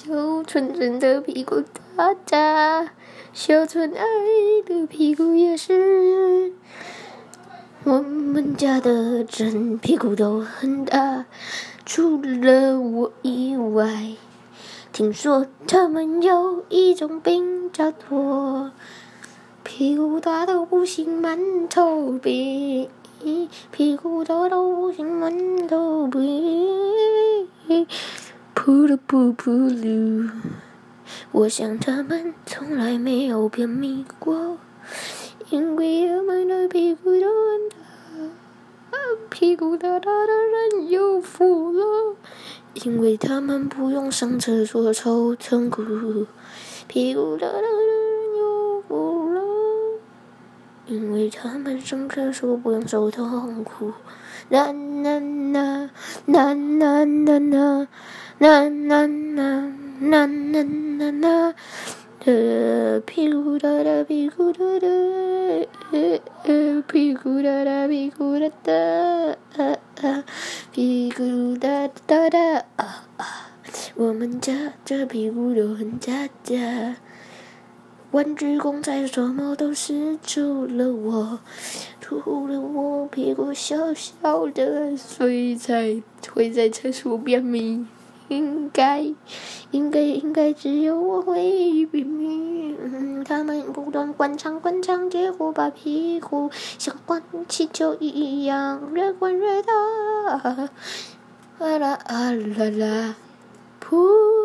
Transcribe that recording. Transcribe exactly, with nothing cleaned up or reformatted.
小纯纯的屁股大大，小纯爱的屁股也是。我们家的真屁股都很大，除了我以外。听说他们有一种病叫做屁股大到不行馒头病，屁股大到不行馒头病，噗噜噗噗噜。我想他们从来没有便秘过，因为他们的屁股都很大，屁股大大的人有福了，因为他们不用上厕所抽痛苦，屁股大大的人有福了，因为他们上厕所不用受痛苦。啦啦啦啦啦啦啦啦啦啦啦啦啦，呃，屁股大大，屁股大大，呃呃，屁股大大，屁股大大，啊啊，屁股大大大啊啊，我们家这屁股都很大大。玩具公仔什么都是，除了我，除了我屁股小小的，所以才会在厕所便秘。应该，应该，应该只有我会便秘。嗯，他们不断灌肠灌肠，结果把屁股像灌气球一样越灌越大。啊啦啊啦啦，噗。